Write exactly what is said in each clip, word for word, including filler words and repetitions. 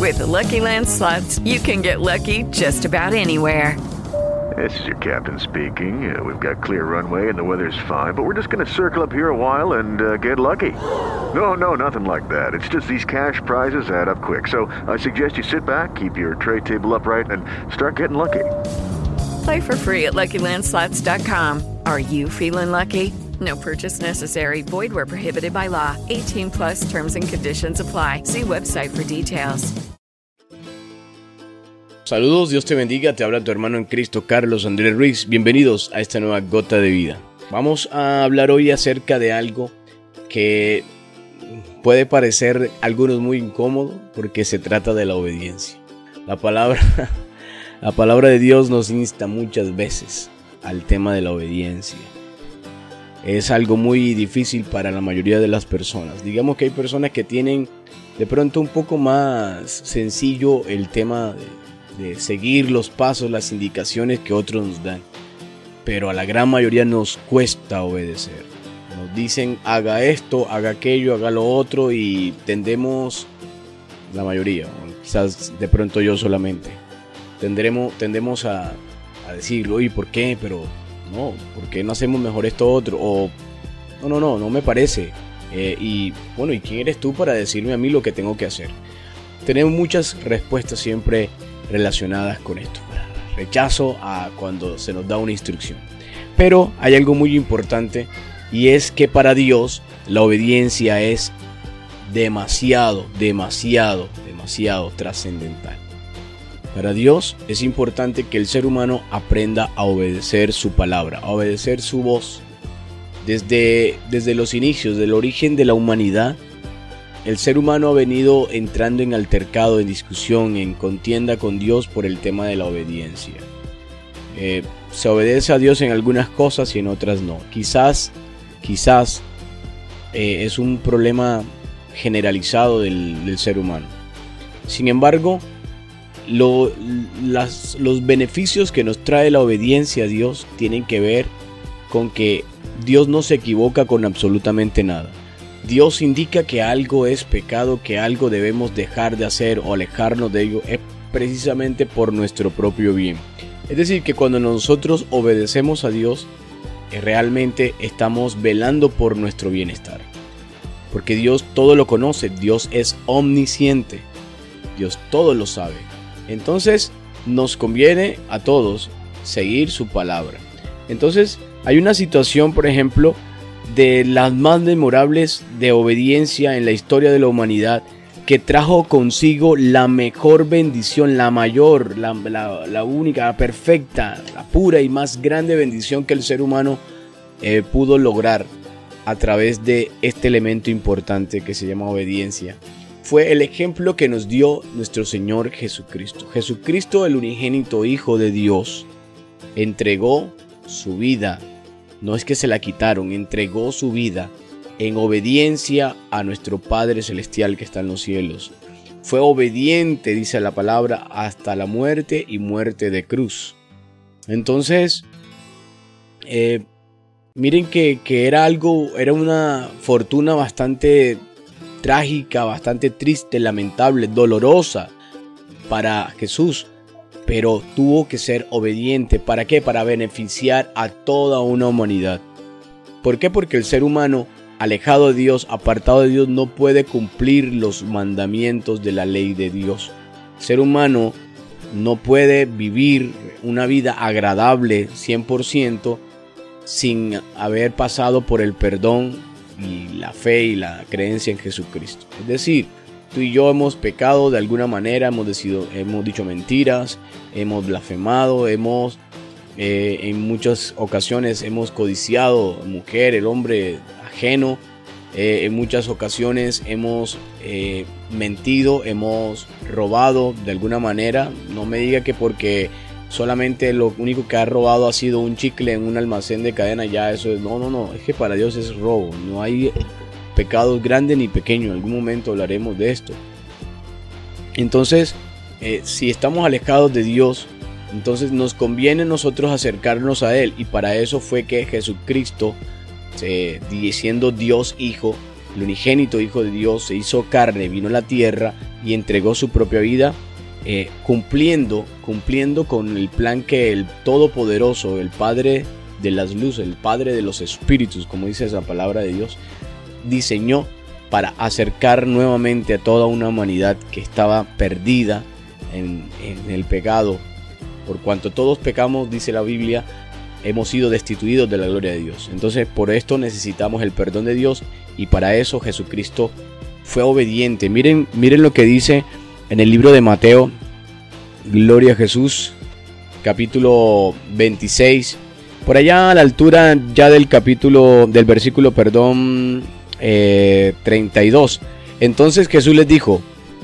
With the Lucky Land Slots, you can get lucky just about anywhere. This is your captain speaking. Uh, we've got clear runway and the weather's fine, but we're just going to circle up here a while and uh, get lucky. No, no, nothing like that. It's just these cash prizes add up quick. So I suggest you sit back, keep your tray table upright, and start getting lucky. Play for free at Lucky Land Slots dot com. Are you feeling lucky? No purchase necessary. Void where prohibited by law. eighteen plus terms and conditions apply. See website for details. Saludos, Dios te bendiga, te habla tu hermano en Cristo, Carlos Andrés Ruiz. Bienvenidos a esta nueva Gota de Vida. Vamos a hablar hoy acerca de algo que puede parecer a algunos muy incómodo porque se trata de la obediencia. La palabra, la palabra de Dios nos insta muchas veces al tema de la obediencia. Es algo muy difícil para la mayoría de las personas. Digamos que hay personas que tienen de pronto un poco más sencillo el tema de de seguir los pasos, las indicaciones que otros nos dan, pero a la gran mayoría nos cuesta obedecer. Nos dicen haga esto, haga aquello, haga lo otro y tendemos, la mayoría, o quizás de pronto yo solamente, tendremos, tendemos a, a decir, oye, ¿por qué? Pero no, ¿por qué no hacemos mejor esto otro? O no, no, no, no me parece. Eh, y bueno, ¿y quién eres tú para decirme a mí lo que tengo que hacer? Tenemos muchas respuestas siempre relacionadas con esto. Rechazo a cuando se nos da una instrucción. Pero hay algo muy importante y es que para Dios la obediencia es demasiado, demasiado, demasiado trascendental. Para Dios es importante que el ser humano aprenda a obedecer su palabra, a obedecer su voz. Desde, desde los inicios, del origen de la humanidad, el ser humano ha venido entrando en altercado, en discusión, en contienda con Dios por el tema de la obediencia. Eh, se obedece a Dios en algunas cosas y en otras no. Quizás, quizás eh, es un problema generalizado del, del ser humano. Sin embargo, lo, las, los beneficios que nos trae la obediencia a Dios tienen que ver con que Dios no se equivoca con absolutamente nada. Dios indica que algo es pecado, que algo debemos dejar de hacer o alejarnos de ello, es precisamente por nuestro propio bien. Es decir, que cuando nosotros obedecemos a Dios, realmente estamos velando por nuestro bienestar. Porque Dios todo lo conoce, Dios es omnisciente, Dios todo lo sabe. Entonces nos conviene a todos seguir su palabra. Entonces hay una situación, por ejemplo, de las más memorables de obediencia en la historia de la humanidad, que trajo consigo la mejor bendición, la mayor, la, la, la única, la perfecta, la pura y más grande bendición que el ser humano eh, pudo lograr a través de este elemento importante que se llama obediencia. Fue el ejemplo que nos dio nuestro Señor Jesucristo. Jesucristo, el unigénito Hijo de Dios, entregó su vida. No es que se la quitaron, entregó su vida en obediencia a nuestro Padre Celestial que está en los cielos. Fue obediente, dice la palabra, hasta la muerte y muerte de cruz. Entonces, eh, miren que, que era algo, era una fortuna bastante trágica, bastante triste, lamentable, dolorosa para Jesús. Pero tuvo que ser obediente. ¿Para qué? Para beneficiar a toda una humanidad. ¿Por qué? Porque el ser humano, alejado de Dios, apartado de Dios, no puede cumplir los mandamientos de la ley de Dios. El ser humano no puede vivir una vida agradable cien por ciento sin haber pasado por el perdón y la fe y la creencia en Jesucristo. Es decir, tú y yo hemos pecado de alguna manera, hemos, decidido, hemos dicho mentiras, hemos blasfemado, hemos eh, en muchas ocasiones hemos codiciado mujer, el hombre ajeno, eh, en muchas ocasiones hemos eh, mentido, hemos robado de alguna manera. No me diga que porque solamente lo único que ha robado ha sido un chicle en un almacén de cadena, ya eso es, no, no, no, es que para Dios es robo, no hay pecados grandes ni pequeños, en algún momento hablaremos de esto. Entonces, eh, si estamos alejados de Dios, entonces nos conviene nosotros acercarnos a Él, y para eso fue que Jesucristo, eh, siendo Dios Hijo, el unigénito Hijo de Dios, se hizo carne, vino a la tierra y entregó su propia vida, eh, cumpliendo, cumpliendo con el plan que el Todopoderoso, el Padre de las luces, el Padre de los espíritus, como dice esa palabra de Dios, diseñó para acercar nuevamente a toda una humanidad que estaba perdida en, en el pecado. Por cuanto todos pecamos, dice la Biblia, hemos sido destituidos de la gloria de Dios. Entonces por esto necesitamos el perdón de Dios, y para eso Jesucristo fue obediente. Miren, miren lo que dice en el libro de Mateo, gloria a Jesús, capítulo veintiséis, por allá a la altura ya del capítulo, del versículo, perdón, eh, treinta y dos. Entonces Jesús les dijo: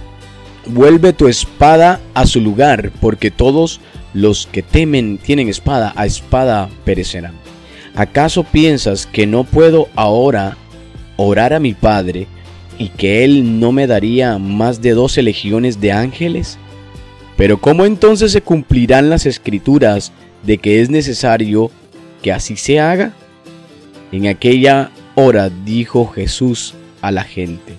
vuelve tu espada a su lugar, porque todos los que temen tienen espada, a espada perecerán. ¿Acaso piensas que no puedo ahora orar a mi Padre y que Él no me daría más de doce legiones de ángeles? Pero ¿cómo entonces se cumplirán las escrituras de que es necesario que así se haga? En aquella hora dijo Jesús a la gente: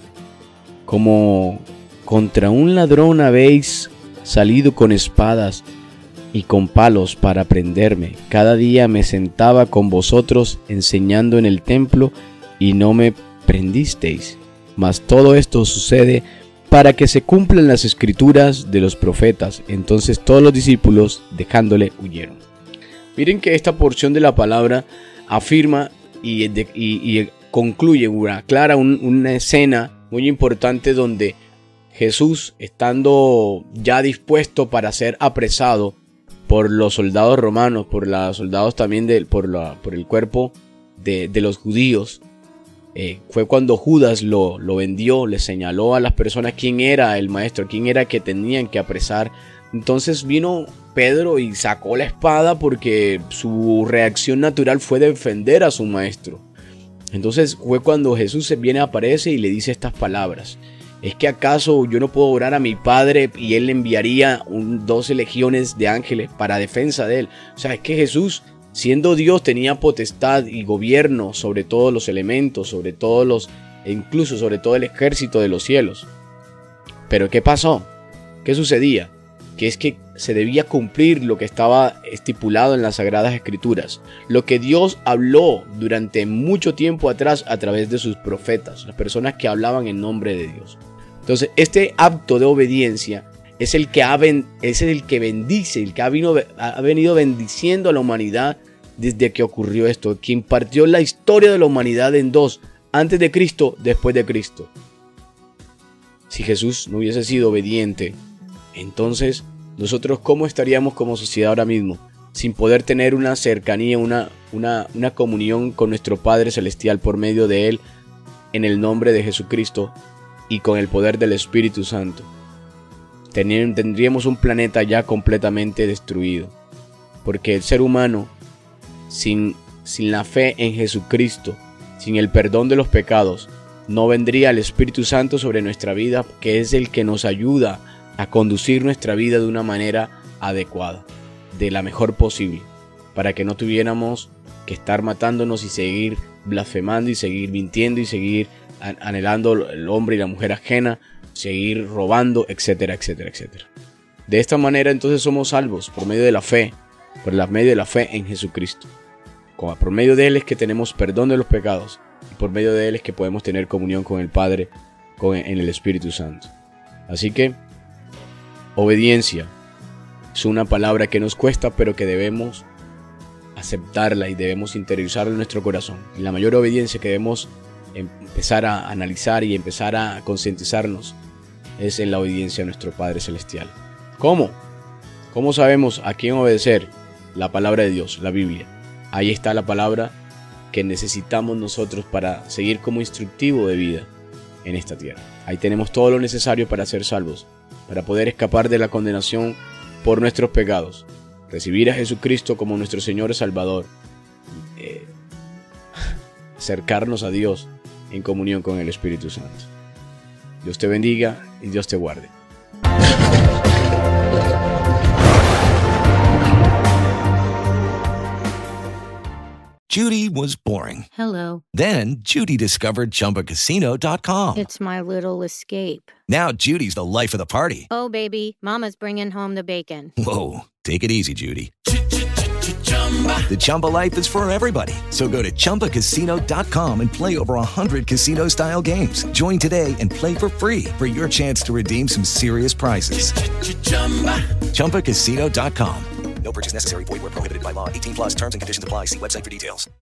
como contra un ladrón habéis salido con espadas y con palos para prenderme. Cada día me sentaba con vosotros enseñando en el templo y no me prendisteis. Mas todo esto sucede para que se cumplan las escrituras de los profetas. Entonces todos los discípulos, dejándole, huyeron. Miren que esta porción de la palabra afirma y, de, y, y concluye, aclara un, una escena muy importante donde Jesús, estando ya dispuesto para ser apresado por los soldados romanos, por los soldados también, de, por, la, por el cuerpo de, de los judíos, eh, fue cuando Judas lo, lo vendió, le señaló a las personas quién era el maestro, quién era que tenían que apresar. Entonces vino Pedro y sacó la espada porque su reacción natural fue defender a su maestro. Entonces fue cuando Jesús se viene, aparece y le dice estas palabras: ¿es que acaso yo no puedo orar a mi Padre y Él le enviaría un, doce legiones de ángeles para defensa de Él? O sea, es que Jesús, siendo Dios, tenía potestad y gobierno sobre todos los elementos, sobre todos los, e incluso sobre todo el ejército de los cielos. Pero ¿qué pasó? ¿Qué sucedía? Que es que se debía cumplir lo que estaba estipulado en las Sagradas Escrituras, lo que Dios habló durante mucho tiempo atrás a través de sus profetas, las personas que hablaban en nombre de Dios. Entonces este acto de obediencia es el que, ha ben, es el que bendice, el que ha, vino, ha venido bendiciendo a la humanidad desde que ocurrió esto, quien partió la historia de la humanidad en dos: antes de Cristo, después de Cristo. Si Jesús no hubiese sido obediente, entonces nosotros ¿cómo estaríamos como sociedad ahora mismo? Sin poder tener una cercanía, una, una, una comunión con nuestro Padre Celestial por medio de Él, en el nombre de Jesucristo y con el poder del Espíritu Santo. Tendríamos un planeta ya completamente destruido, porque el ser humano, sin, sin la fe en Jesucristo, sin el perdón de los pecados, no vendría el Espíritu Santo sobre nuestra vida, que es el que nos ayuda a conducir nuestra vida de una manera adecuada, de la mejor posible, para que no tuviéramos que estar matándonos y seguir blasfemando y seguir mintiendo y seguir anhelando el hombre y la mujer ajena, seguir robando, etcétera, etcétera, etcétera. De esta manera entonces somos salvos por medio de la fe, por la medio de la fe en Jesucristo. Como por medio de Él es que tenemos perdón de los pecados, y por medio de Él es que podemos tener comunión con el Padre, con, en el Espíritu Santo. Así que obediencia es una palabra que nos cuesta, pero que debemos aceptarla y debemos interiorizarla en nuestro corazón. Y la mayor obediencia que debemos empezar a analizar y empezar a concientizarnos es en la obediencia a nuestro Padre Celestial. ¿Cómo? ¿Cómo sabemos a quién obedecer? La palabra de Dios, la Biblia. Ahí está la palabra que necesitamos nosotros para seguir como instructivo de vida en esta tierra. Ahí tenemos todo lo necesario para ser salvos, para poder escapar de la condenación por nuestros pecados, recibir a Jesucristo como nuestro Señor y Salvador, eh, acercarnos a Dios en comunión con el Espíritu Santo. Dios te bendiga y Dios te guarde. Judy was boring. Hello. Then Judy discovered Chumba Casino dot com. It's my little escape. Now Judy's the life of the party. Oh, baby, mama's bringing home the bacon. Whoa, take it easy, Judy. The Chumba life is for everybody. So go to Chumba Casino dot com and play over one hundred casino-style games. Join today and play for free for your chance to redeem some serious prizes. Chumba Casino dot com. No purchase necessary. Void where prohibited by law. eighteen plus terms and conditions apply. See website for details.